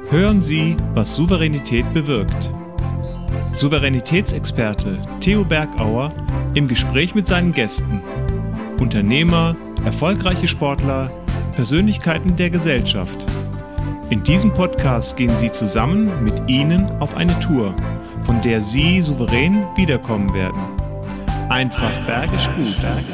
Hören Sie, was Souveränität bewirkt. Souveränitätsexperte Theo Bergauer im Gespräch mit seinen Gästen. Unternehmer, erfolgreiche Sportler, Persönlichkeiten der Gesellschaft. In diesem Podcast gehen Sie zusammen mit Ihnen auf eine Tour, von der Sie souverän wiederkommen werden. Einfach bergisch gut.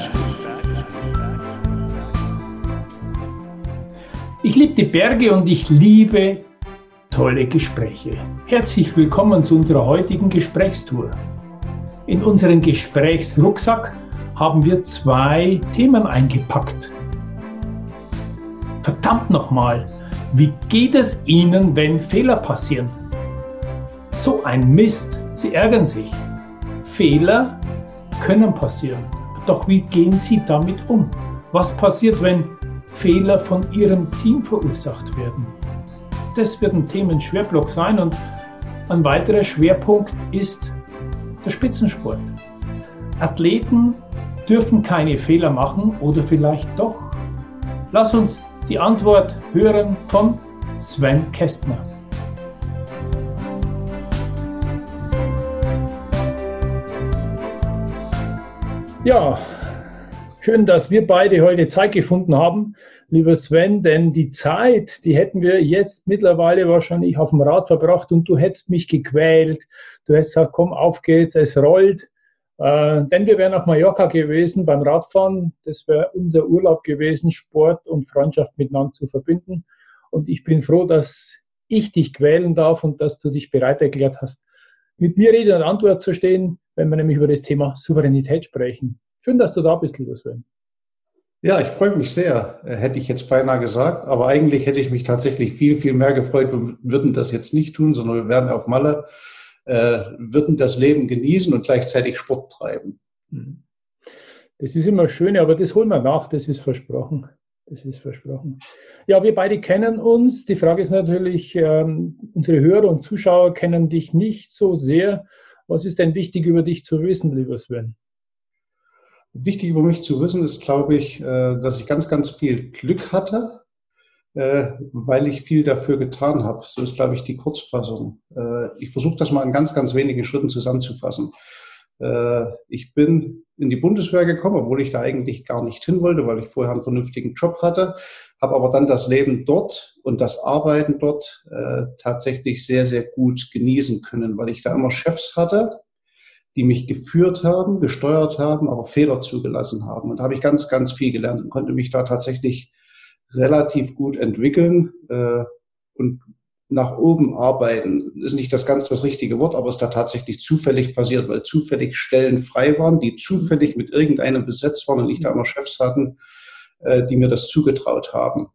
Ich liebe die Berge und ich liebe tolle Gespräche. Herzlich willkommen zu unserer heutigen Gesprächstour. In unseren Gesprächsrucksack haben wir 2 Themen eingepackt. Verdammt nochmal, wie geht es Ihnen, wenn Fehler passieren? So ein Mist, Sie ärgern sich. Fehler können passieren. Doch wie gehen Sie damit um? Was passiert, wenn Fehler von Ihrem Team verursacht werden? Das wird ein Themenschwerblock sein und ein weiterer Schwerpunkt ist der Spitzensport. Athleten dürfen keine Fehler machen oder vielleicht doch? Lass uns die Antwort hören von Sven Kästner. Ja, schön, dass wir beide heute Zeit gefunden haben, lieber Sven, denn die Zeit, die hätten wir jetzt mittlerweile wahrscheinlich auf dem Rad verbracht und du hättest mich gequält. Du hättest gesagt, komm, auf geht's, es rollt. Denn wir wären auf Mallorca gewesen beim Radfahren. Das wäre unser Urlaub gewesen, Sport und Freundschaft miteinander zu verbinden. Und ich bin froh, dass ich dich quälen darf und dass du dich bereit erklärt hast, mit mir Rede und Antwort zu stehen, wenn wir nämlich über das Thema Souveränität sprechen. Schön, dass du da bist, lieber Sven. Ja, ich freue mich sehr, hätte ich jetzt beinahe gesagt. Aber eigentlich hätte ich mich tatsächlich viel, viel mehr gefreut. Wir würden das jetzt nicht tun, sondern wir werden auf Malle, würden das Leben genießen und gleichzeitig Sport treiben. Das ist immer schön, aber das holen wir nach, das ist versprochen. Das ist versprochen. Ja, wir beide kennen uns. Die Frage ist natürlich, unsere Hörer und Zuschauer kennen dich nicht so sehr. Was ist denn wichtig über dich zu wissen, lieber Sven? Wichtig über mich zu wissen ist, glaube ich, dass ich ganz, ganz viel Glück hatte, weil ich viel dafür getan habe. So ist, glaube ich, die Kurzfassung. Ich versuche das mal in ganz, ganz wenigen Schritten zusammenzufassen. Ich bin in die Bundeswehr gekommen, obwohl ich da eigentlich gar nicht hin wollte, weil ich vorher einen vernünftigen Job hatte, habe aber dann das Leben dort und das Arbeiten dort tatsächlich sehr, sehr gut genießen können, weil ich da immer Chefs hatte, die mich geführt haben, gesteuert haben, aber Fehler zugelassen haben. Und da habe ich ganz, ganz viel gelernt und konnte mich da tatsächlich relativ gut entwickeln und nach oben arbeiten. Ist nicht das richtige Wort, aber ist da tatsächlich zufällig passiert, weil zufällig Stellen frei waren, die zufällig mit irgendeinem besetzt waren und ich da immer Chefs hatten, die mir das zugetraut haben.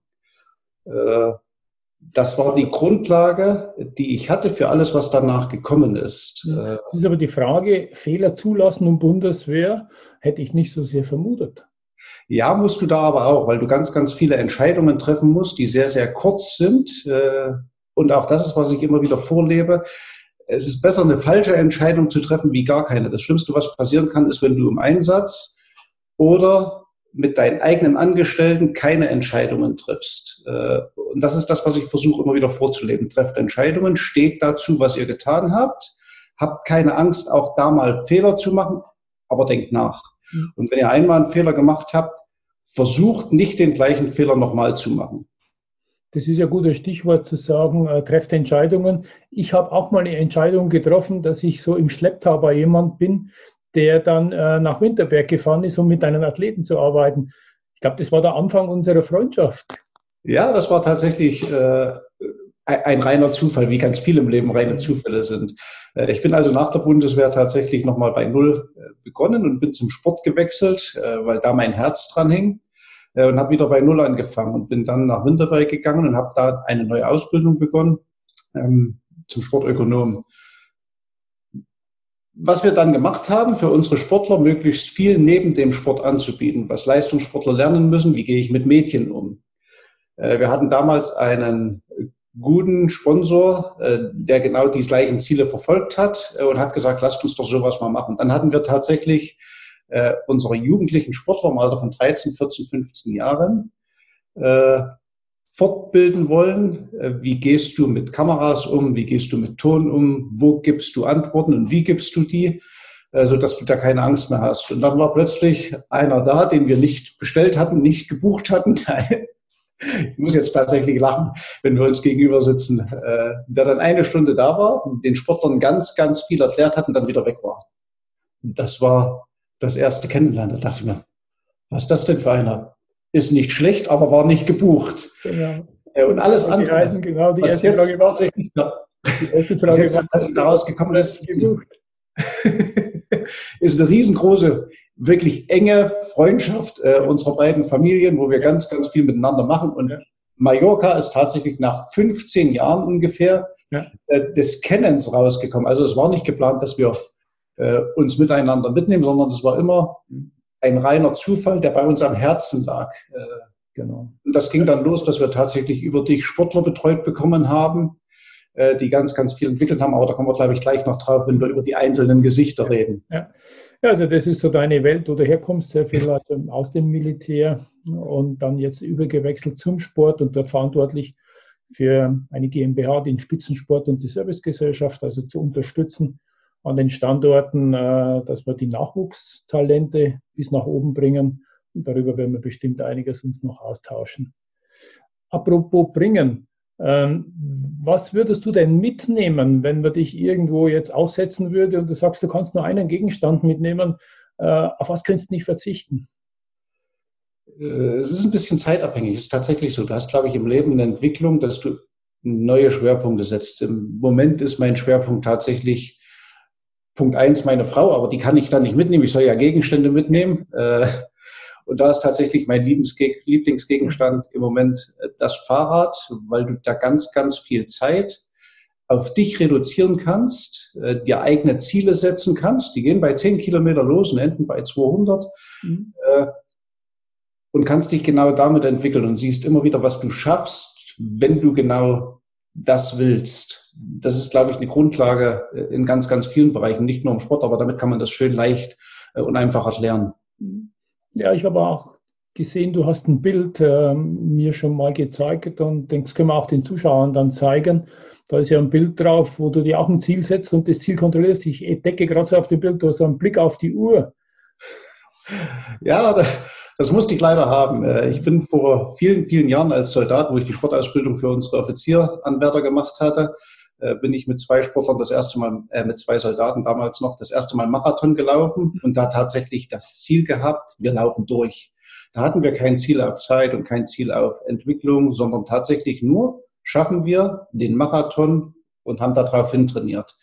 Das war die Grundlage, die ich hatte für alles, was danach gekommen ist. Das ist aber die Frage, Fehler zulassen und Bundeswehr, hätte ich nicht so sehr vermutet. Ja, musst du da aber auch, weil du ganz, ganz viele Entscheidungen treffen musst, die sehr, sehr kurz sind. Und auch das ist, was ich immer wieder vorlebe. Es ist besser, eine falsche Entscheidung zu treffen, wie gar keine. Das Schlimmste, was passieren kann, ist, wenn du im Einsatz oder mit deinen eigenen Angestellten keine Entscheidungen triffst. Und das ist das, was ich versuche immer wieder vorzuleben. Trefft Entscheidungen, steht dazu, was ihr getan habt. Habt keine Angst, auch da mal Fehler zu machen, aber denkt nach. Und wenn ihr einmal einen Fehler gemacht habt, versucht nicht den gleichen Fehler nochmal zu machen. Das ist ja ein gutes Stichwort zu sagen, trefft Entscheidungen. Ich habe auch mal eine Entscheidung getroffen, dass ich so im Schlepptau bei jemand bin, der dann nach Winterberg gefahren ist, um mit einem Athleten zu arbeiten. Ich glaube, das war der Anfang unserer Freundschaft. Ja, das war tatsächlich ein reiner Zufall, wie ganz viele im Leben reine Zufälle sind. Ich bin also nach der Bundeswehr tatsächlich nochmal bei Null begonnen und bin zum Sport gewechselt, weil da mein Herz dran hing. Und habe wieder bei Null angefangen und bin dann nach Winterberg gegangen und habe da eine neue Ausbildung begonnen zum Sportökonom. Was wir dann gemacht haben, für unsere Sportler möglichst viel neben dem Sport anzubieten, was Leistungssportler lernen müssen, wie gehe ich mit Mädchen um. Wir hatten damals einen guten Sponsor, der genau die gleichen Ziele verfolgt hat und hat gesagt, lasst uns doch sowas mal machen. Dann hatten wir tatsächlich unsere jugendlichen Sportler im Alter von 13, 14, 15 Jahren fortbilden wollen. Wie gehst du mit Kameras um? Wie gehst du mit Ton um? Wo gibst du Antworten und wie gibst du die? Sodass du da keine Angst mehr hast. Und dann war plötzlich einer da, den wir nicht bestellt hatten, nicht gebucht hatten. Ich muss jetzt tatsächlich lachen, wenn wir uns gegenüber sitzen, der dann eine Stunde da war, den Sportlern ganz, ganz viel erklärt hat und dann wieder weg war. Das war das erste Kennenlernen. Da dachte ich mir, was ist das denn für einer? Ist nicht schlecht, aber war nicht gebucht. Genau. Und alles andere, genau, die was erste jetzt Frage war, tatsächlich die erste Frage war, daraus gekommen ist, gebucht. ist eine riesengroße, wirklich enge Freundschaft unserer beiden Familien, wo wir ganz, ganz viel miteinander machen. Und Mallorca ist tatsächlich nach 15 Jahren ungefähr des Kennens rausgekommen. Also es war nicht geplant, dass wir uns miteinander mitnehmen, sondern es war immer ein reiner Zufall, der bei uns am Herzen lag. Genau. Und das ging dann los, dass wir tatsächlich über dich Sportler betreut bekommen haben, die ganz, ganz viel entwickelt haben. Aber da kommen wir, glaube ich, gleich noch drauf, wenn wir über die einzelnen Gesichter reden. Ja, also das ist so deine Welt, wo du herkommst, sehr viel aus dem Militär und dann jetzt übergewechselt zum Sport und dort verantwortlich für eine GmbH, den Spitzensport und die Servicegesellschaft, also zu unterstützen an den Standorten, dass wir die Nachwuchstalente bis nach oben bringen. Und darüber werden wir bestimmt einiges uns noch austauschen. Apropos bringen, was würdest du denn mitnehmen, wenn man dich irgendwo jetzt aussetzen würde und du sagst, du kannst nur einen Gegenstand mitnehmen, auf was könntest du nicht verzichten? Es ist ein bisschen zeitabhängig. Es ist tatsächlich so. Du hast, glaube ich, im Leben eine Entwicklung, dass du neue Schwerpunkte setzt. Im Moment ist mein Schwerpunkt tatsächlich Punkt 1 meine Frau, aber die kann ich dann nicht mitnehmen. Ich soll ja Gegenstände mitnehmen. Und da ist tatsächlich mein Lieblingsgegenstand im Moment das Fahrrad, weil du da ganz, ganz viel Zeit auf dich reduzieren kannst, dir eigene Ziele setzen kannst. Die gehen bei 10 Kilometer los und enden bei 200. Und kannst dich genau damit entwickeln und siehst immer wieder, was du schaffst, wenn du genau das willst. Das ist, glaube ich, eine Grundlage in ganz, ganz vielen Bereichen, nicht nur im Sport, aber damit kann man das schön leicht und einfach erklären. Ja, ich habe auch gesehen, du hast ein Bild mir schon mal gezeigt und das können wir auch den Zuschauern dann zeigen. Da ist ja ein Bild drauf, wo du dir auch ein Ziel setzt und das Ziel kontrollierst. Ich entdecke gerade so auf dem Bild, du hast einen Blick auf die Uhr. Ja, das musste ich leider haben. Ich bin vor vielen, vielen Jahren als Soldat, wo ich die Sportausbildung für unsere Offizieranwärter gemacht hatte, bin ich mit zwei Sportlern mit zwei Soldaten damals noch das erste Mal Marathon gelaufen und da tatsächlich das Ziel gehabt, wir laufen durch. Da hatten wir kein Ziel auf Zeit und kein Ziel auf Entwicklung, sondern tatsächlich nur, schaffen wir den Marathon und haben darauf hin trainiert.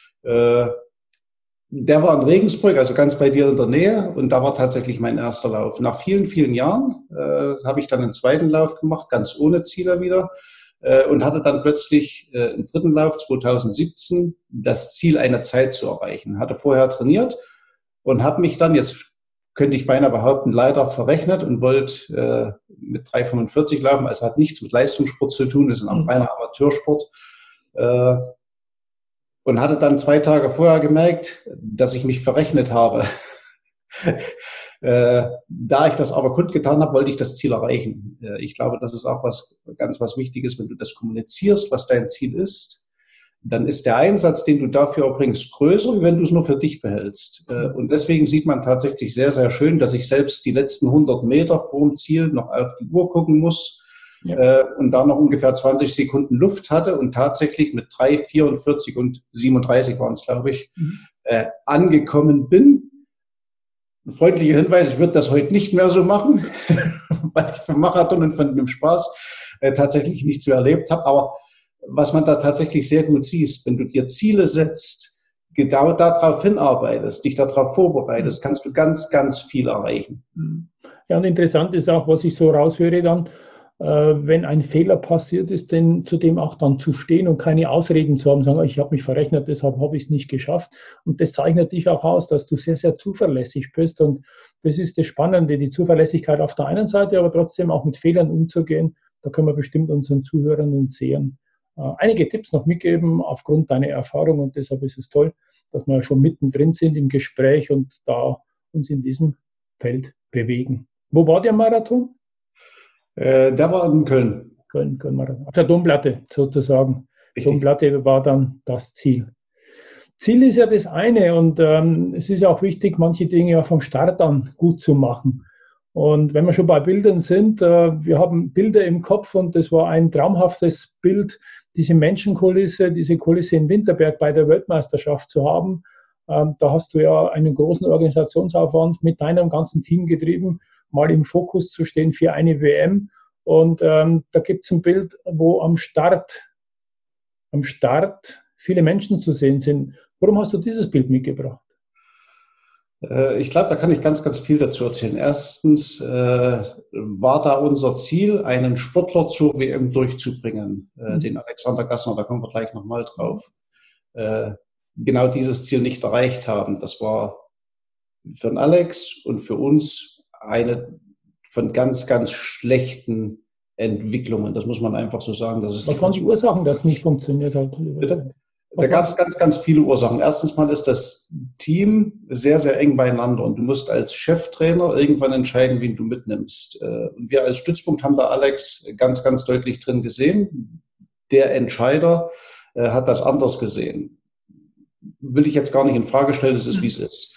Der war in Regensburg, also ganz bei dir in der Nähe, und da war tatsächlich mein erster Lauf. Nach vielen, vielen Jahren habe ich dann einen zweiten Lauf gemacht, ganz ohne Ziele wieder, und hatte dann plötzlich im dritten Lauf 2017 das Ziel, eine Zeit zu erreichen. Hatte vorher trainiert und habe mich dann, jetzt könnte ich beinahe behaupten, leider verrechnet und wollte mit 3,45 laufen, also hat nichts mit Leistungssport zu tun, das ist ein reiner Amateursport. Und hatte dann 2 Tage vorher gemerkt, dass ich mich verrechnet habe. Da ich das aber kundgetan habe, wollte ich das Ziel erreichen. Ich glaube, das ist auch was Wichtiges, wenn du das kommunizierst, was dein Ziel ist, dann ist der Einsatz, den du dafür erbringst, größer, wie wenn du es nur für dich behältst. Und deswegen sieht man tatsächlich sehr, sehr schön, dass ich selbst die letzten 100 Meter vor dem Ziel noch auf die Uhr gucken muss. Ja. Und da noch ungefähr 20 Sekunden Luft hatte und tatsächlich mit 3,44 und 37 waren es, glaube ich, angekommen bin. Ein freundlicher Hinweis, ich würde das heute nicht mehr so machen, weil ich vom Marathon und von dem Spaß tatsächlich nichts mehr erlebt habe. Aber was man da tatsächlich sehr gut sieht, wenn du dir Ziele setzt, genau darauf hinarbeitest, dich darauf vorbereitest, kannst du ganz, ganz viel erreichen. Ja, und interessant ist auch, was ich so raushöre dann, wenn ein Fehler passiert ist, denn zu dem auch dann zu stehen und keine Ausreden zu haben, sagen, ich habe mich verrechnet, deshalb habe ich es nicht geschafft. Und das zeichnet dich auch aus, dass du sehr, sehr zuverlässig bist. Und das ist das Spannende, die Zuverlässigkeit auf der einen Seite, aber trotzdem auch mit Fehlern umzugehen. Da können wir bestimmt unseren Zuhörern und Sehern einige Tipps noch mitgeben aufgrund deiner Erfahrung. Und deshalb ist es toll, dass wir schon mittendrin sind im Gespräch und da uns in diesem Feld bewegen. Wo war der Marathon? Der war in Köln. Köln-Marathon. Auf der Domplatte sozusagen. Richtig. Domplatte war dann das Ziel. Ziel ist ja das eine und es ist auch wichtig, manche Dinge ja vom Start an gut zu machen. Und wenn wir schon bei Bildern sind, wir haben Bilder im Kopf und das war ein traumhaftes Bild, diese Menschenkulisse, diese Kulisse in Winterberg bei der Weltmeisterschaft zu haben. Da hast du ja einen großen Organisationsaufwand mit deinem ganzen Team getrieben, mal im Fokus zu stehen für eine WM. Und da gibt es ein Bild, wo am Start viele Menschen zu sehen sind. Warum hast du dieses Bild mitgebracht? Ich glaube, da kann ich ganz, ganz viel dazu erzählen. Erstens war da unser Ziel, einen Sportler zur WM durchzubringen, den Alexander Gassner, da kommen wir gleich nochmal drauf. Genau dieses Ziel nicht erreicht haben. Das war für den Alex und für uns eine von ganz, ganz schlechten Entwicklungen. Das muss man einfach so sagen. Das ist Was waren die Ursachen, dass es nicht funktioniert hat? Bitte? Da gab es ganz, ganz viele Ursachen. Erstens mal ist das Team sehr, sehr eng beieinander und du musst als Cheftrainer irgendwann entscheiden, wen du mitnimmst. Und wir als Stützpunkt haben da Alex ganz, ganz deutlich drin gesehen. Der Entscheider hat das anders gesehen. Will ich jetzt gar nicht in Frage stellen, es ist, wie es ist.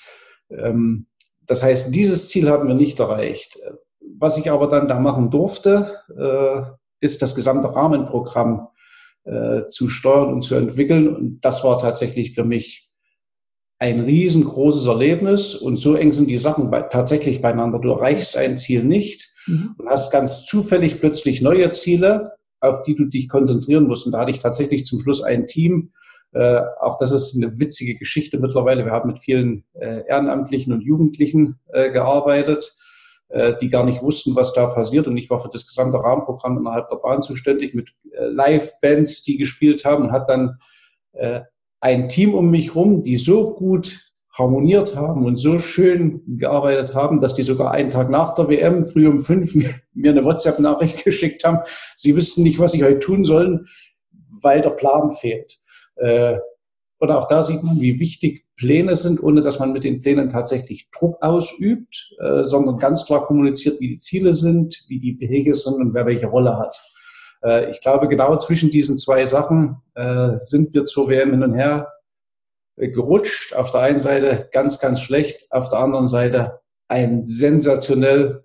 Das heißt, dieses Ziel haben wir nicht erreicht. Was ich aber dann da machen durfte, ist das gesamte Rahmenprogramm zu steuern und zu entwickeln. Und das war tatsächlich für mich ein riesengroßes Erlebnis. Und so eng sind die Sachen tatsächlich beieinander. Du erreichst ein Ziel nicht und hast ganz zufällig plötzlich neue Ziele, auf die du dich konzentrieren musst. Und da hatte ich tatsächlich zum Schluss ein Team. Auch das ist eine witzige Geschichte mittlerweile. Wir haben mit vielen Ehrenamtlichen und Jugendlichen gearbeitet, die gar nicht wussten, was da passiert. Und ich war für das gesamte Rahmenprogramm innerhalb der Bahn zuständig mit Live-Bands, die gespielt haben und hat dann ein Team um mich rum, die so gut harmoniert haben und so schön gearbeitet haben, dass die sogar einen Tag nach der WM früh um 5 mir eine WhatsApp-Nachricht geschickt haben. Sie wüssten nicht, was sie heute tun sollen, weil der Plan fehlt. Und auch da sieht man, wie wichtig Pläne sind, ohne dass man mit den Plänen tatsächlich Druck ausübt, sondern ganz klar kommuniziert, wie die Ziele sind, wie die Wege sind und wer welche Rolle hat. Ich glaube, genau zwischen diesen zwei Sachen sind wir zur WM hin und her gerutscht. Auf der einen Seite ganz, ganz schlecht, auf der anderen Seite ein sensationell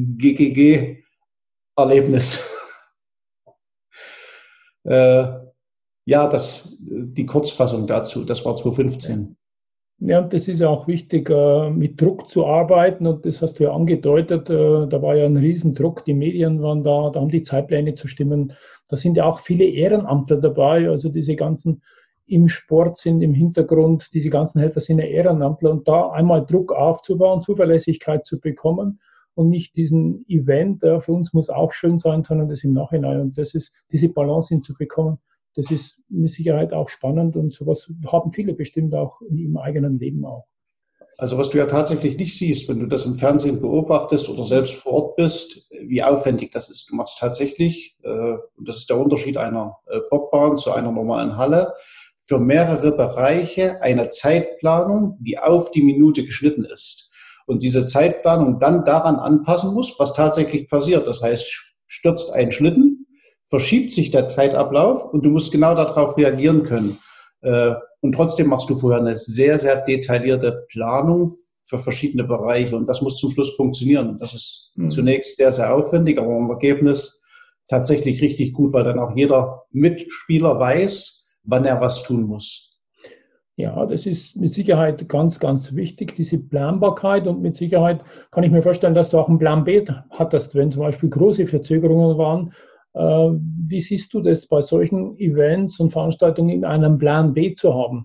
GGG-Erlebnis. Ja, die Kurzfassung dazu, das war 2015. Ja, und das ist ja auch wichtig, mit Druck zu arbeiten. Und das hast du ja angedeutet, da war ja ein Riesendruck, die Medien waren da haben die Zeitpläne zu stimmen. Da sind ja auch viele Ehrenamtler dabei, also diese ganzen im Sport sind im Hintergrund, diese ganzen Helfer sind ja Ehrenamtler. Und da einmal Druck aufzubauen, Zuverlässigkeit zu bekommen und nicht diesen Event, für uns muss auch schön sein, sondern das im Nachhinein. Und das ist, diese Balance hinzubekommen. Das ist mit Sicherheit auch spannend und sowas haben viele bestimmt auch in ihrem eigenen Leben auch. Also was du ja tatsächlich nicht siehst, wenn du das im Fernsehen beobachtest oder selbst vor Ort bist, wie aufwendig das ist. Du machst tatsächlich, und das ist der Unterschied einer Bobbahn zu einer normalen Halle, für mehrere Bereiche eine Zeitplanung, die auf die Minute geschnitten ist. Und diese Zeitplanung dann daran anpassen muss, was tatsächlich passiert. Das heißt, stürzt ein Schlitten, verschiebt sich der Zeitablauf und du musst genau darauf reagieren können. Und trotzdem machst du vorher eine sehr, sehr detaillierte Planung für verschiedene Bereiche und das muss zum Schluss funktionieren. Und das ist zunächst sehr, sehr aufwendig, aber im Ergebnis tatsächlich richtig gut, weil dann auch jeder Mitspieler weiß, wann er was tun muss. Ja, das ist mit Sicherheit ganz, ganz wichtig, diese Planbarkeit und mit Sicherheit kann ich mir vorstellen, dass du auch einen Plan B hattest, wenn zum Beispiel große Verzögerungen waren. Wie siehst du das bei solchen Events und Veranstaltungen, einen Plan B zu haben?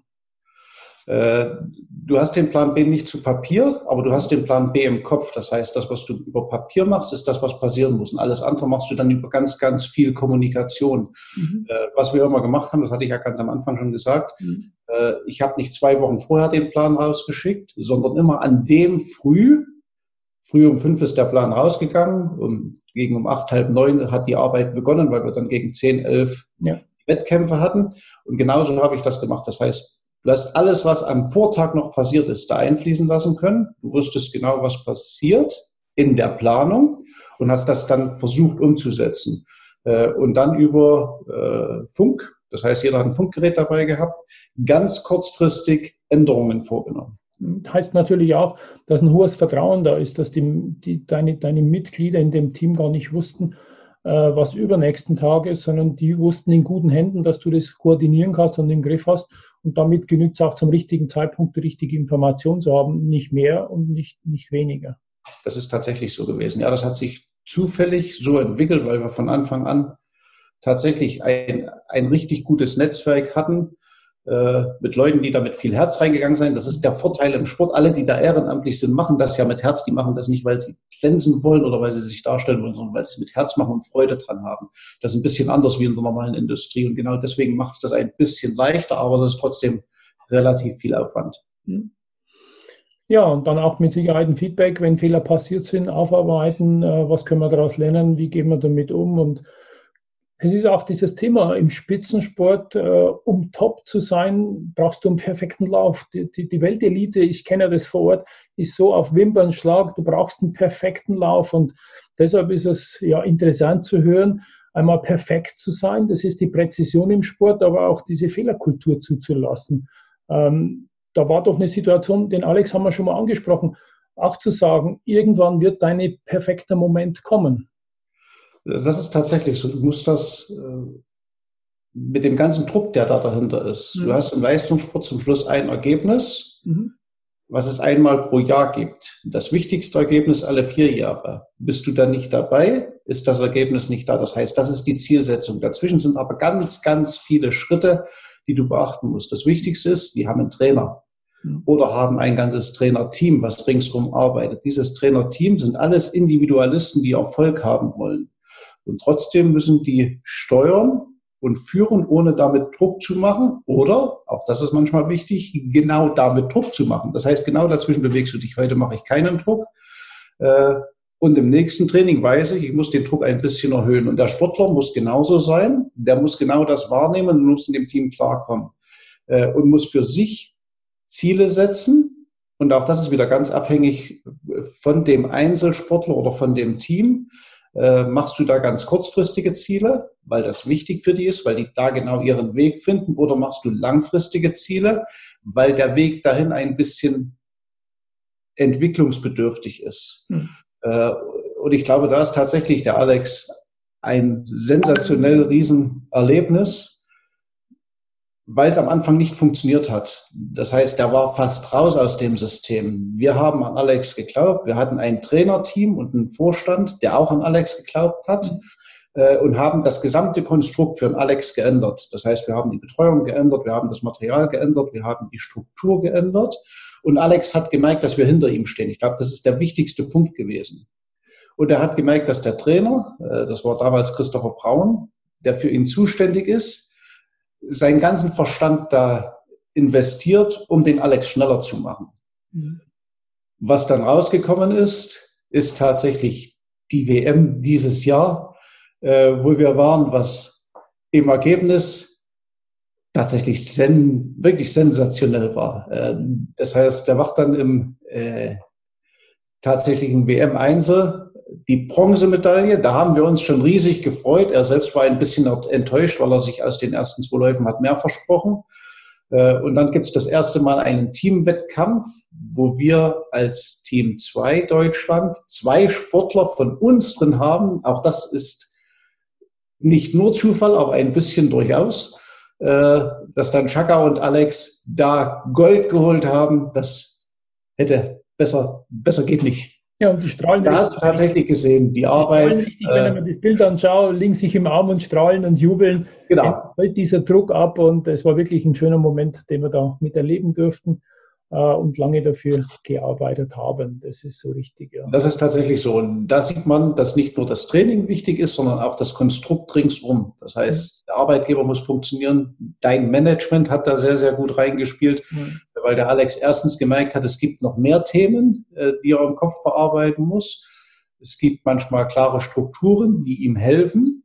Du hast den Plan B nicht zu Papier, aber du hast den Plan B im Kopf. Das heißt, das, was du über Papier machst, ist das, was passieren muss. Und alles andere machst du dann über ganz, ganz viel Kommunikation. Was wir immer gemacht haben, das hatte ich ja ganz am Anfang schon gesagt, ich habe nicht 2 Wochen vorher den Plan rausgeschickt, sondern immer an dem Früh um 5 ist der Plan rausgegangen, gegen 8, halb 9 hat die Arbeit begonnen, weil wir dann gegen 10, 11 Wettkämpfe hatten. Und genauso habe ich das gemacht. Das heißt, du hast alles, was am Vortag noch passiert ist, da einfließen lassen können. Du wusstest genau, was passiert in der Planung und hast das dann versucht umzusetzen. Und dann über Funk, das heißt, jeder hat ein Funkgerät dabei gehabt, ganz kurzfristig Änderungen vorgenommen. Heißt natürlich auch, dass ein hohes Vertrauen da ist, dass deine Mitglieder in dem Team gar nicht wussten, was übernächsten Tag ist, sondern die wussten in guten Händen, dass du das koordinieren kannst und im Griff hast. Und damit genügt es auch zum richtigen Zeitpunkt, die richtige Information zu haben, nicht mehr und nicht weniger. Das ist tatsächlich so gewesen. Ja, das hat sich zufällig so entwickelt, weil wir von Anfang an tatsächlich ein richtig gutes Netzwerk hatten, mit Leuten, die da mit viel Herz reingegangen sind. Das ist der Vorteil im Sport. Alle, die da ehrenamtlich sind, machen das ja mit Herz. Die machen das nicht, weil sie glänzen wollen oder weil sie sich darstellen wollen, sondern weil sie es mit Herz machen und Freude dran haben. Das ist ein bisschen anders wie in der normalen Industrie. Und genau deswegen macht es das ein bisschen leichter, aber es ist trotzdem relativ viel Aufwand. Ja, und dann auch mit Sicherheit ein Feedback, wenn Fehler passiert sind, aufarbeiten, was können wir daraus lernen, wie gehen wir damit um. Und es ist auch dieses Thema im Spitzensport, um top zu sein, brauchst du einen perfekten Lauf. Die Weltelite, ich kenne das vor Ort, ist so auf Wimpernschlag, du brauchst einen perfekten Lauf. Und deshalb ist es ja interessant zu hören, einmal perfekt zu sein, das ist die Präzision im Sport, aber auch diese Fehlerkultur zuzulassen. Da war doch eine Situation, den Alex haben wir schon mal angesprochen, auch zu sagen, irgendwann wird dein perfekter Moment kommen. Das ist tatsächlich so. Du musst das mit dem ganzen Druck, der da dahinter ist. Du hast im Leistungssport zum Schluss ein Ergebnis, was es einmal pro Jahr gibt. Das wichtigste Ergebnis alle 4 Jahre. Bist du dann nicht dabei, ist das Ergebnis nicht da. Das heißt, das ist die Zielsetzung. Dazwischen sind aber ganz, ganz viele Schritte, die du beachten musst. Das Wichtigste ist, die haben einen Trainer oder haben ein ganzes Trainerteam, was ringsum arbeitet. Dieses Trainerteam sind alles Individualisten, die Erfolg haben wollen. Und trotzdem müssen die steuern und führen, ohne damit Druck zu machen. Oder, auch das ist manchmal wichtig, genau damit Druck zu machen. Das heißt, genau dazwischen bewegst du dich. Heute mache ich keinen Druck. Und im nächsten Training weiß ich muss den Druck ein bisschen erhöhen. Und der Sportler muss genauso sein. Der muss genau das wahrnehmen und muss in dem Team klarkommen. Und muss für sich Ziele setzen. Und auch das ist wieder ganz abhängig von dem Einzelsportler oder von dem Team. Machst du da ganz kurzfristige Ziele, weil das wichtig für die ist, weil die da genau ihren Weg finden, oder machst du langfristige Ziele, weil der Weg dahin ein bisschen entwicklungsbedürftig ist. Und ich glaube, da ist tatsächlich der Alex ein sensationell Riesenerlebnis, weil es am Anfang nicht funktioniert hat. Das heißt, er war fast raus aus dem System. Wir haben an Alex geglaubt. Wir hatten ein Trainerteam und einen Vorstand, der auch an Alex geglaubt hat, und haben das gesamte Konstrukt für den Alex geändert. Das heißt, wir haben die Betreuung geändert, wir haben das Material geändert, wir haben die Struktur geändert. Und Alex hat gemerkt, dass wir hinter ihm stehen. Ich glaube, das ist der wichtigste Punkt gewesen. Und er hat gemerkt, dass der Trainer, das war damals Christopher Braun, der für ihn zuständig ist, seinen ganzen Verstand da investiert, um den Alex schneller zu machen. Was dann rausgekommen ist, ist tatsächlich die WM dieses Jahr, wo wir waren, was im Ergebnis tatsächlich wirklich sensationell war. Das heißt, der wacht dann im tatsächlichen WM-Einzel die Bronzemedaille, da haben wir uns schon riesig gefreut. Er selbst war ein bisschen enttäuscht, weil er sich aus den ersten 2 Läufen hat mehr versprochen. Und dann gibt es das erste Mal einen Teamwettkampf, wo wir als Team 2 Deutschland 2 Sportler von uns drin haben. Auch das ist nicht nur Zufall, aber ein bisschen durchaus, dass dann Chaka und Alex da Gold geholt haben. Das hätte besser geht nicht. Ja, und die strahlen. Da hast du tatsächlich gesehen, die Arbeit. Richtig, wenn ich mir das Bild anschaue, liegen sich im Arm und strahlen und jubeln. Genau. Fällt dieser Druck ab, und es war wirklich ein schöner Moment, den wir da miterleben durften und lange dafür gearbeitet haben. Das ist so richtig, ja. Das ist tatsächlich so. Und da sieht man, dass nicht nur das Training wichtig ist, sondern auch das Konstrukt ringsum. Das heißt, der Arbeitgeber muss funktionieren. Dein Management hat da sehr, sehr gut reingespielt, weil der Alex erstens gemerkt hat, es gibt noch mehr Themen, die er im Kopf bearbeiten muss. Es gibt manchmal klare Strukturen, die ihm helfen.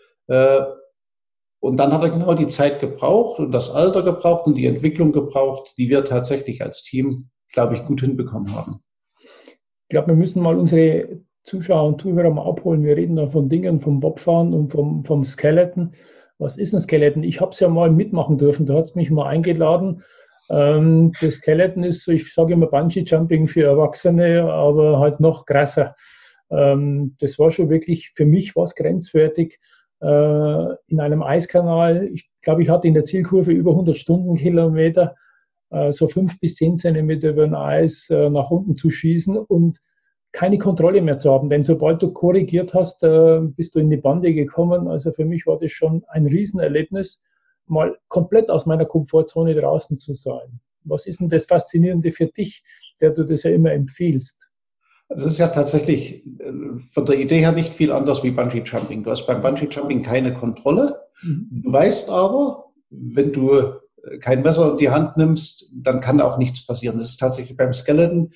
Und dann hat er genau die Zeit gebraucht und das Alter gebraucht und die Entwicklung gebraucht, die wir tatsächlich als Team, glaube ich, gut hinbekommen haben. Ich glaube, wir müssen mal unsere Zuschauer und Zuhörer mal abholen. Wir reden da von Dingen, vom Bobfahren und vom Skeleton. Was ist ein Skeleton? Ich habe es ja mal mitmachen dürfen. Da hat es mich mal eingeladen. Das Skeleton ist so, ich sage immer Bungee-Jumping für Erwachsene, aber halt noch krasser. Das war schon wirklich, für mich was grenzwertig. In einem Eiskanal, ich glaube, ich hatte in der Zielkurve über 100 Stundenkilometer, so 5 bis 10 Zentimeter über ein Eis nach unten zu schießen und keine Kontrolle mehr zu haben. Denn sobald du korrigiert hast, bist du in die Bande gekommen. Also für mich war das schon ein Riesenerlebnis, mal komplett aus meiner Komfortzone draußen zu sein. Was ist denn das Faszinierende für dich, der du das ja immer empfiehlst? Es ist ja tatsächlich von der Idee her nicht viel anders wie Bungee Jumping. Du hast beim Bungee Jumping keine Kontrolle. Du weißt aber, wenn du kein Messer in die Hand nimmst, dann kann auch nichts passieren. Das ist tatsächlich beim Skeleton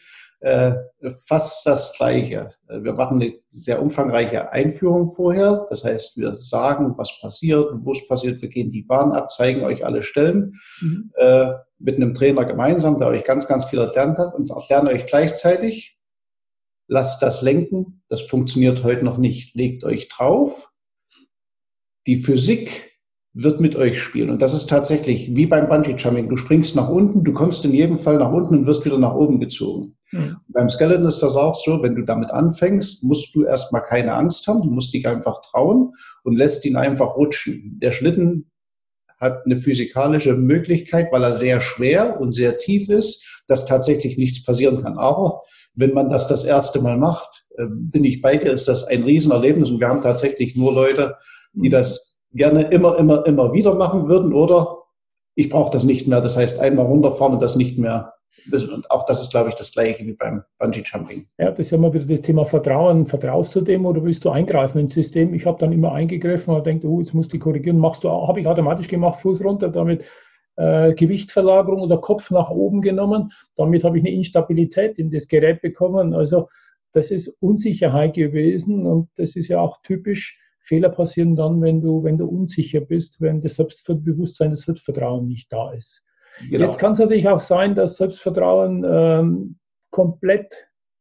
fast das Gleiche. Wir machen eine sehr umfangreiche Einführung vorher. Das heißt, wir sagen, was passiert, wo es passiert. Wir gehen die Bahn ab, zeigen euch alle Stellen mit einem Trainer gemeinsam, der euch ganz, ganz viel erklärt hat und erklären euch gleichzeitig, lasst das lenken. Das funktioniert heute noch nicht. Legt euch drauf. Die Physik wird mit euch spielen. Und das ist tatsächlich wie beim Bungee-Jumping. Du springst nach unten, du kommst in jedem Fall nach unten und wirst wieder nach oben gezogen. Beim Skeleton ist das auch so, wenn du damit anfängst, musst du erstmal keine Angst haben, du musst dich einfach trauen und lässt ihn einfach rutschen. Der Schlitten hat eine physikalische Möglichkeit, weil er sehr schwer und sehr tief ist, dass tatsächlich nichts passieren kann. Aber wenn man das erste Mal macht, bin ich bei dir, ist das ein Riesenerlebnis. Und wir haben tatsächlich nur Leute, die das gerne immer wieder machen würden oder ich brauche das nicht mehr. Das heißt, einmal runterfahren und das nicht mehr. Und auch das ist, glaube ich, das Gleiche wie beim Bungee-Jumping. Ja, das ist ja immer wieder das Thema Vertrauen. Vertraust du dem oder willst du eingreifen ins System? Ich habe dann immer eingegriffen und denke, jetzt musst du korrigieren. Habe ich automatisch gemacht, Fuß runter, damit Gewichtverlagerung oder Kopf nach oben genommen. Damit habe ich eine Instabilität in das Gerät bekommen. Also das ist Unsicherheit gewesen und das ist ja auch typisch. Fehler passieren dann, wenn du unsicher bist, wenn das Selbstbewusstsein, das Selbstvertrauen nicht da ist. Genau. Jetzt kann es natürlich auch sein, dass Selbstvertrauen komplett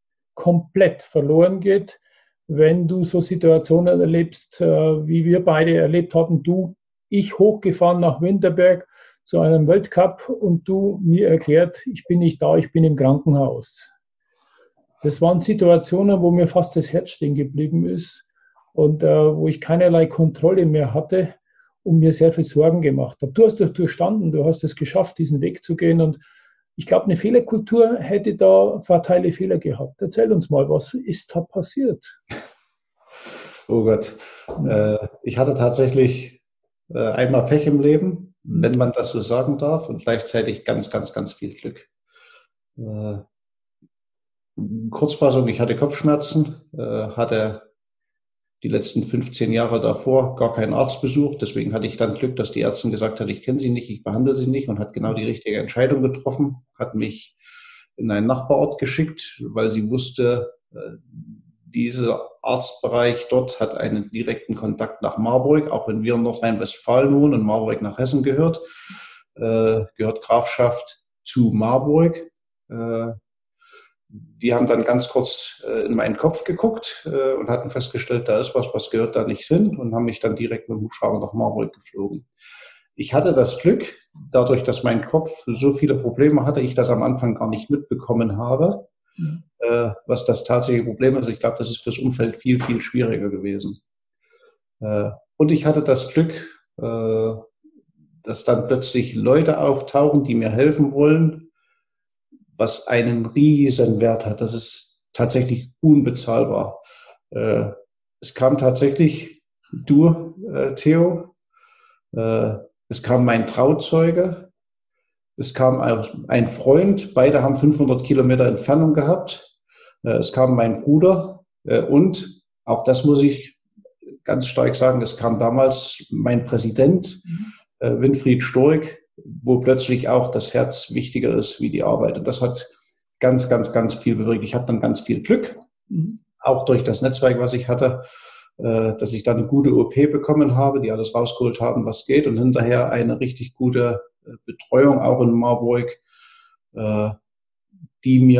verloren geht, wenn du so Situationen erlebst, wie wir beide erlebt haben. Ich hochgefahren nach Winterberg zu einem Weltcup und du mir erklärt, ich bin nicht da, ich bin im Krankenhaus. Das waren Situationen, wo mir fast das Herz stehen geblieben ist. Und wo ich keinerlei Kontrolle mehr hatte und mir sehr viel Sorgen gemacht habe. Du hast das durchstanden, du hast es geschafft, diesen Weg zu gehen. Und ich glaube, eine Fehlerkultur hätte da fatale Fehler gehabt. Erzähl uns mal, was ist da passiert? Oh Gott. Ich hatte tatsächlich einmal Pech im Leben, wenn man das so sagen darf, und gleichzeitig ganz, ganz, ganz viel Glück. Kurzfassung, ich hatte Kopfschmerzen, hatte die letzten 15 Jahre davor gar keinen Arztbesuch. Deswegen hatte ich dann Glück, dass die Ärztin gesagt hat, ich kenne sie nicht, ich behandle sie nicht und hat genau die richtige Entscheidung getroffen, hat mich in einen Nachbarort geschickt, weil sie wusste, dieser Arztbereich dort hat einen direkten Kontakt nach Marburg, auch wenn wir in Nordrhein-Westfalen wohnen und Marburg nach Hessen gehört Grafschaft zu Marburg. Die haben dann ganz kurz in meinen Kopf geguckt und hatten festgestellt, da ist was gehört da nicht hin und haben mich dann direkt mit dem Hubschrauber nach Marburg geflogen. Ich hatte das Glück, dadurch, dass mein Kopf so viele Probleme hatte, ich das am Anfang gar nicht mitbekommen habe, was das tatsächliche Problem ist. Ich glaube, das ist fürs Umfeld viel, viel schwieriger gewesen. Und ich hatte das Glück, dass dann plötzlich Leute auftauchen, die mir helfen wollen, was einen riesen Wert hat. Das ist tatsächlich unbezahlbar. Es kam tatsächlich du, Theo, es kam mein Trauzeuge, es kam ein Freund, beide haben 500 Kilometer Entfernung gehabt, es kam mein Bruder und, auch das muss ich ganz stark sagen, es kam damals mein Präsident, Winfried Stork, wo plötzlich auch das Herz wichtiger ist wie die Arbeit. Und das hat ganz, ganz, ganz viel bewirkt. Ich hatte dann ganz viel Glück, auch durch das Netzwerk, was ich hatte, dass ich dann eine gute OP bekommen habe, die alles rausgeholt haben, was geht. Und hinterher eine richtig gute Betreuung auch in Marburg, die mir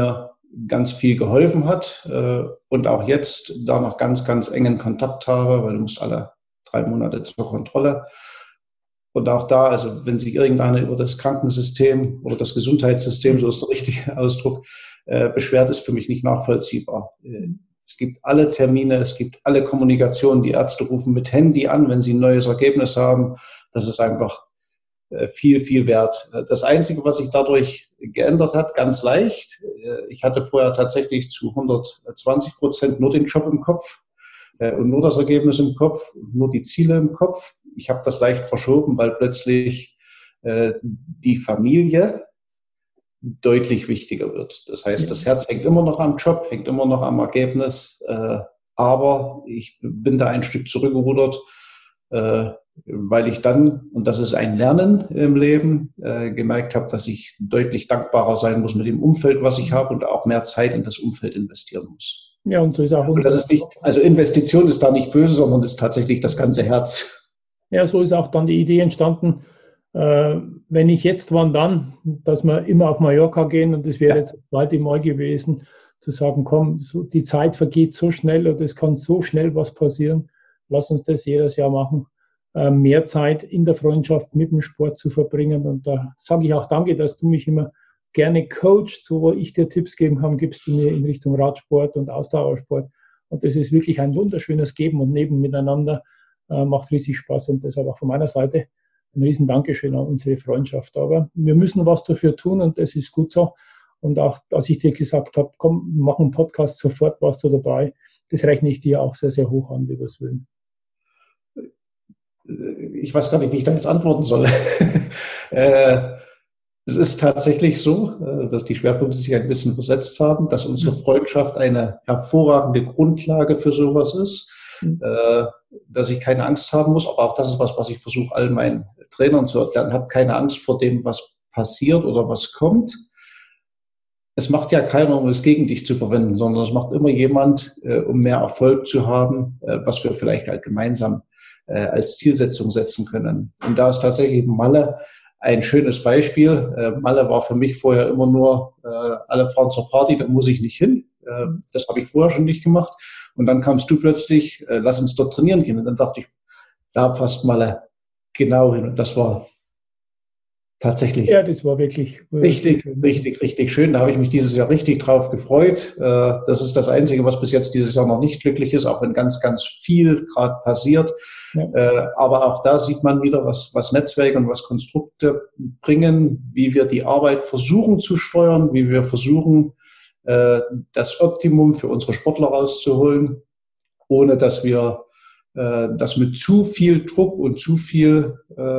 ganz viel geholfen hat und auch jetzt da noch ganz, ganz engen Kontakt habe, weil du musst alle 3 Monate zur Kontrolle. Und auch da, also wenn sich irgendeiner über das Krankensystem oder das Gesundheitssystem, so ist der richtige Ausdruck, beschwert, ist für mich nicht nachvollziehbar. Es gibt alle Termine, es gibt alle Kommunikationen. Die Ärzte rufen mit Handy an, wenn sie ein neues Ergebnis haben. Das ist einfach viel, viel wert. Das Einzige, was sich dadurch geändert hat, ganz leicht. Ich hatte vorher tatsächlich zu 120% nur den Job im Kopf und nur das Ergebnis im Kopf, nur die Ziele im Kopf. Ich habe das leicht verschoben, weil plötzlich die Familie deutlich wichtiger wird. Das heißt, das Herz hängt immer noch am Job, hängt immer noch am Ergebnis, aber ich bin da ein Stück zurückgerudert, weil ich dann, und das ist ein Lernen im Leben, gemerkt habe, dass ich deutlich dankbarer sein muss mit dem Umfeld, was ich habe und auch mehr Zeit in das Umfeld investieren muss. Ja, und so ist auch und das ist nicht, also Investition ist da nicht böse, sondern ist tatsächlich das ganze Herz. Ja, so ist auch dann die Idee entstanden, wenn nicht jetzt, wann dann, dass wir immer auf Mallorca gehen und das wäre jetzt das 2. Mal gewesen, zu sagen, komm, so, die Zeit vergeht so schnell und es kann so schnell was passieren, lass uns das jedes Jahr machen, mehr Zeit in der Freundschaft mit dem Sport zu verbringen und da sage ich auch danke, dass du mich immer gerne coachst, so wo ich dir Tipps geben kann, gibst du mir in Richtung Radsport und Ausdauersport und das ist wirklich ein wunderschönes Geben und Neben miteinander, macht riesig Spaß und deshalb auch von meiner Seite ein riesen Dankeschön an unsere Freundschaft. Aber wir müssen was dafür tun und das ist gut so. Und auch, als ich dir gesagt habe, komm, mach einen Podcast, sofort warst du dabei. Das rechne ich dir auch sehr, sehr hoch an, lieber Willen. Ich weiß gar nicht, wie ich da jetzt antworten soll. Es ist tatsächlich so, dass die Schwerpunkte sich ein bisschen versetzt haben, dass unsere Freundschaft eine hervorragende Grundlage für sowas ist. Dass ich keine Angst haben muss, aber auch das ist was ich versuche, all meinen Trainern zu erklären. Habt keine Angst vor dem, was passiert oder was kommt. Es macht ja keiner, um es gegen dich zu verwenden, sondern es macht immer jemand, um mehr Erfolg zu haben, was wir vielleicht halt gemeinsam als Zielsetzung setzen können. Und da ist tatsächlich Malle ein schönes Beispiel. Malle war für mich vorher immer nur, alle fahren zur Party, da muss ich nicht hin. Das habe ich vorher schon nicht gemacht. Und dann kamst du plötzlich, lass uns dort trainieren gehen. Und dann dachte ich, da passt Malle genau hin. Und das war tatsächlich. Ja, das war wirklich richtig schön. Da habe ich mich dieses Jahr richtig drauf gefreut. Das ist das Einzige, was bis jetzt dieses Jahr noch nicht glücklich ist, auch wenn ganz, ganz viel gerade passiert. Ja. Aber auch da sieht man wieder, was Netzwerke und was Konstrukte bringen, wie wir die Arbeit versuchen zu steuern, wie wir versuchen, das Optimum für unsere Sportler rauszuholen, ohne dass wir das mit zu viel Druck und zu viel,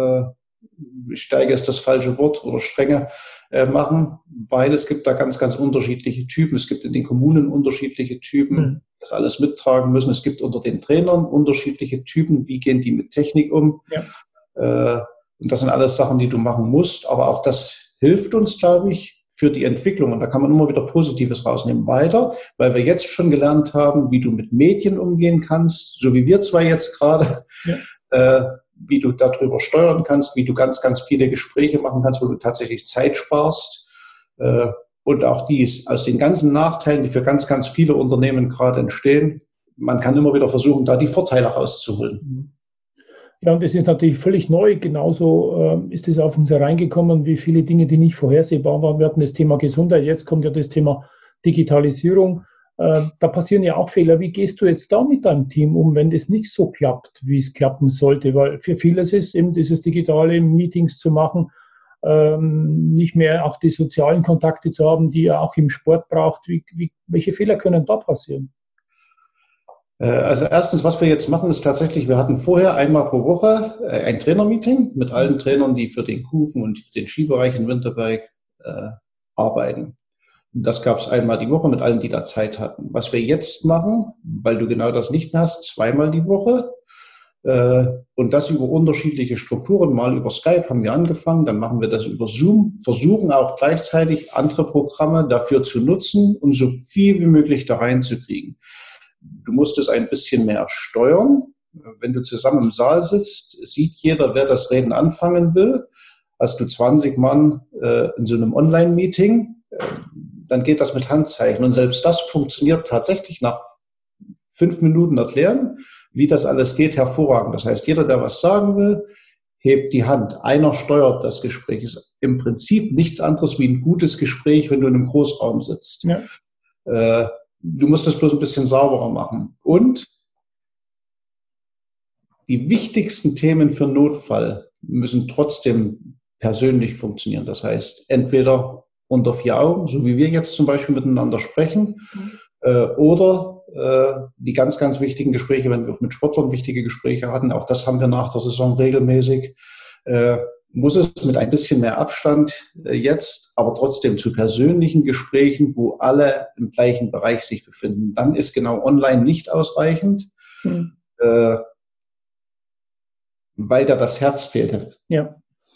Steige ist das falsche Wort, oder Strenge machen, weil es gibt da ganz, ganz unterschiedliche Typen. Es gibt in den Kommunen unterschiedliche Typen, die das alles mittragen müssen. Es gibt unter den Trainern unterschiedliche Typen. Wie gehen die mit Technik um? Ja. Und das sind alles Sachen, die du machen musst. Aber auch das hilft uns, glaube ich, für die Entwicklung. Und da kann man immer wieder Positives rausnehmen. Weiter, weil wir jetzt schon gelernt haben, wie du mit Medien umgehen kannst, so wie wir zwei jetzt gerade, wie du darüber steuern kannst, wie du ganz, ganz viele Gespräche machen kannst, wo du tatsächlich Zeit sparst. Und auch dies, aus den ganzen Nachteilen, die für ganz, ganz viele Unternehmen gerade entstehen, man kann immer wieder versuchen, da die Vorteile rauszuholen. Ja, und das ist natürlich völlig neu. Genauso ist es auf uns hereingekommen, wie viele Dinge, die nicht vorhersehbar waren. Wir hatten das Thema Gesundheit, jetzt kommt ja das Thema Digitalisierung. Da passieren ja auch Fehler. Wie gehst du jetzt da mit deinem Team um, wenn das nicht so klappt, wie es klappen sollte? Weil für viele ist es eben dieses digitale Meetings zu machen, nicht mehr auch die sozialen Kontakte zu haben, die ihr auch im Sport braucht. Welche Fehler können da passieren? Also erstens, was wir jetzt machen, ist tatsächlich, wir hatten vorher einmal pro Woche ein Trainermeeting mit allen Trainern, die für den Kufen und den Skibereich in Winterberg arbeiten. Das gab es einmal die Woche mit allen, die da Zeit hatten. Was wir jetzt machen, weil du genau das nicht mehr hast, zweimal die Woche und das über unterschiedliche Strukturen. Mal über Skype haben wir angefangen, dann machen wir das über Zoom, versuchen auch gleichzeitig andere Programme dafür zu nutzen, um so viel wie möglich da reinzukriegen. Du musst es ein bisschen mehr steuern. Wenn du zusammen im Saal sitzt, sieht jeder, wer das Reden anfangen will. Hast du 20 Mann in so einem Online-Meeting, dann geht das mit Handzeichen. Und selbst das funktioniert tatsächlich nach 5 Minuten erklären, wie das alles geht, hervorragend. Das heißt, jeder, der was sagen will, hebt die Hand. Einer steuert das Gespräch. Ist im Prinzip nichts anderes wie ein gutes Gespräch, wenn du in einem Großraum sitzt. Ja. Du musst das bloß ein bisschen sauberer machen. Und die wichtigsten Themen für Notfall müssen trotzdem persönlich funktionieren. Das heißt, entweder unter 4 Augen, so wie wir jetzt zum Beispiel miteinander sprechen, oder die ganz, ganz wichtigen Gespräche, wenn wir auch mit Sportlern wichtige Gespräche hatten, auch das haben wir nach der Saison regelmäßig, muss es mit ein bisschen mehr Abstand jetzt, aber trotzdem zu persönlichen Gesprächen, wo alle im gleichen Bereich sich befinden. Dann ist genau online nicht ausreichend, weil da das Herz fehlte. Ja.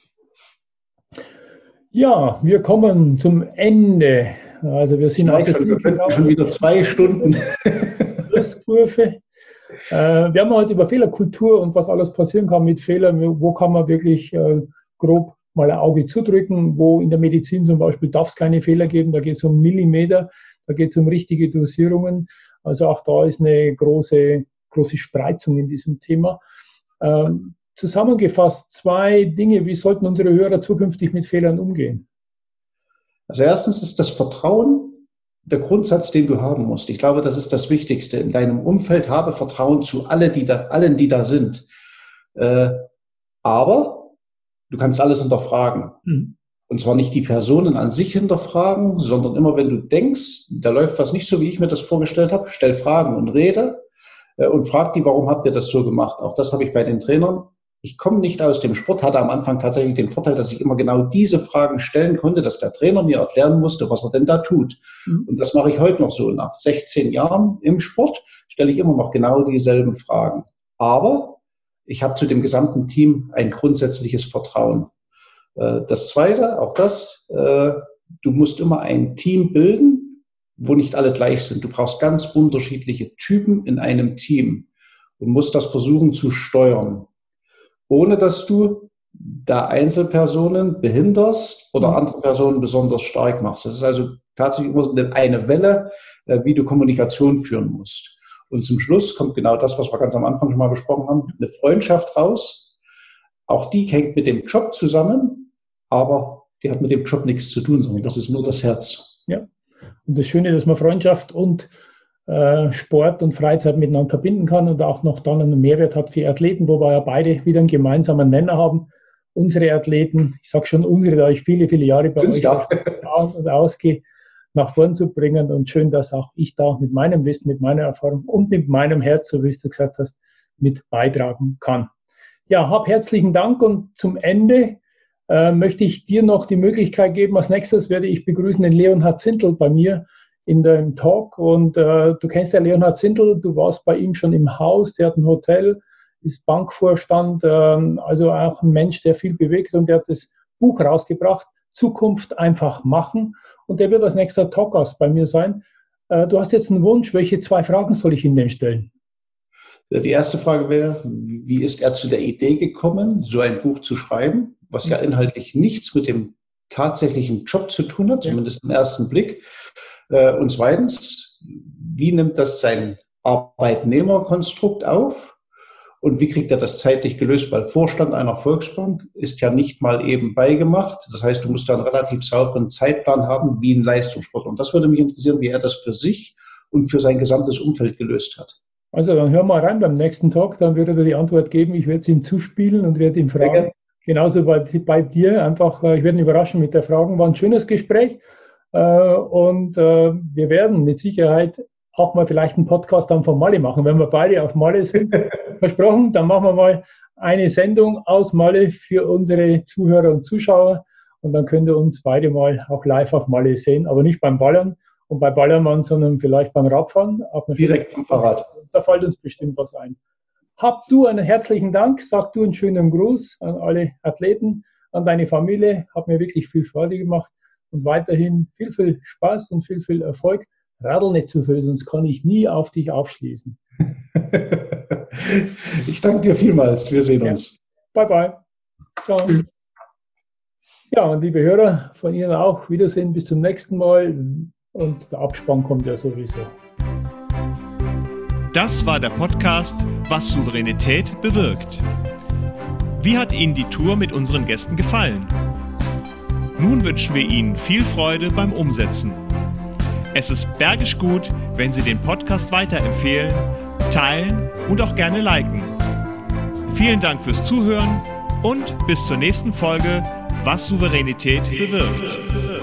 Ja, wir kommen zum Ende. Also wir sind schon wieder 2 Stunden. Schlusskurve. Wir haben heute über Fehlerkultur und was alles passieren kann mit Fehlern. Wo kann man wirklich grob mal ein Auge zudrücken? Wo in der Medizin zum Beispiel darf es keine Fehler geben. Da geht es um Millimeter, da geht es um richtige Dosierungen. Also auch da ist eine große Spreizung in diesem Thema. Zusammengefasst 2 Dinge, wie sollten unsere Hörer zukünftig mit Fehlern umgehen? Also erstens ist das Vertrauen der Grundsatz, den du haben musst. Ich glaube, das ist das Wichtigste. In deinem Umfeld habe Vertrauen zu allen, die da sind. Aber du kannst alles hinterfragen. Und zwar nicht die Personen an sich hinterfragen, sondern immer, wenn du denkst, da läuft was nicht so, wie ich mir das vorgestellt habe, stell Fragen und rede und frag die, warum habt ihr das so gemacht? Auch das habe ich bei den Trainern. Ich komme nicht aus dem Sport, hatte am Anfang tatsächlich den Vorteil, dass ich immer genau diese Fragen stellen konnte, dass der Trainer mir erklären musste, was er denn da tut. Und das mache ich heute noch so. Nach 16 Jahren im Sport stelle ich immer noch genau dieselben Fragen. Aber ich habe zu dem gesamten Team ein grundsätzliches Vertrauen. Das Zweite, auch das, du musst immer ein Team bilden, wo nicht alle gleich sind. Du brauchst ganz unterschiedliche Typen in einem Team und musst das versuchen zu steuern, ohne dass du da Einzelpersonen behinderst oder andere Personen besonders stark machst. Das ist also tatsächlich immer eine Welle, wie du Kommunikation führen musst. Und zum Schluss kommt genau das, was wir ganz am Anfang schon mal besprochen haben, eine Freundschaft raus. Auch die hängt mit dem Job zusammen, aber die hat mit dem Job nichts zu tun, sondern das ist nur das Herz. Ja, und das Schöne, dass man Freundschaft und Sport und Freizeit miteinander verbinden kann und auch noch dann einen Mehrwert hat für Athleten, wo wir ja beide wieder einen gemeinsamen Nenner haben. Unsere Athleten, ich sage schon unsere, da ich viele, viele Jahre bei euch ausgehe, nach vorn zu bringen und schön, dass auch ich da mit meinem Wissen, mit meiner Erfahrung und mit meinem Herz, so wie du gesagt hast, mit beitragen kann. Ja, hab herzlichen Dank und zum Ende möchte ich dir noch die Möglichkeit geben. Als nächstes werde ich begrüßen den Leonhard Zindel bei mir in dem Talk und du kennst ja Leonhard Zindel, du warst bei ihm schon im Haus, der hat ein Hotel, ist Bankvorstand, also auch ein Mensch, der viel bewegt und der hat das Buch rausgebracht, Zukunft einfach machen und der wird als nächster Talkgast bei mir sein. Du hast jetzt einen Wunsch, welche 2 Fragen soll ich ihm denn stellen? Die erste Frage wäre, wie ist er zu der Idee gekommen, so ein Buch zu schreiben, was ja inhaltlich nichts mit dem tatsächlichen Job zu tun hat, zumindest im ersten Blick. Und zweitens, wie nimmt das sein Arbeitnehmerkonstrukt auf und wie kriegt er das zeitlich gelöst? Weil Vorstand einer Volksbank ist ja nicht mal eben beigemacht. Das heißt, du musst da einen relativ sauberen Zeitplan haben wie ein Leistungssportler. Und das würde mich interessieren, wie er das für sich und für sein gesamtes Umfeld gelöst hat. Also dann hör mal rein beim nächsten Talk, dann wird er dir die Antwort geben. Ich werde es ihm zuspielen und werde ihn fragen. Genauso bei dir einfach, ich werde ihn überraschen mit der Fragen. War ein schönes Gespräch. Und wir werden mit Sicherheit auch mal vielleicht einen Podcast dann von Malle machen, wenn wir beide auf Malle sind. Versprochen, dann machen wir mal eine Sendung aus Malle für unsere Zuhörer und Zuschauer und dann könnt ihr uns beide mal auch live auf Malle sehen, aber nicht beim Ballern und bei Ballermann, sondern vielleicht beim Radfahren. Direkt vom Fahrrad. Da fällt uns bestimmt was ein. Hab du einen herzlichen Dank, sag du einen schönen Gruß an alle Athleten, an deine Familie, hat mir wirklich viel Freude gemacht. Und weiterhin viel, viel Spaß und viel, viel Erfolg. Radl nicht zu viel, sonst kann ich nie auf dich aufschließen. Ich danke dir vielmals. Wir sehen uns. Bye, bye. Ciao. Ja, und liebe Hörer, von Ihnen auch Wiedersehen. Bis zum nächsten Mal. und der Abspann kommt ja sowieso. Das war der Podcast Was Souveränität bewirkt. Wie hat Ihnen die Tour mit unseren Gästen gefallen? Nun wünschen wir Ihnen viel Freude beim Umsetzen. Es ist bergisch gut, wenn Sie den Podcast weiterempfehlen, teilen und auch gerne liken. Vielen Dank fürs Zuhören und bis zur nächsten Folge Was Souveränität bewirkt.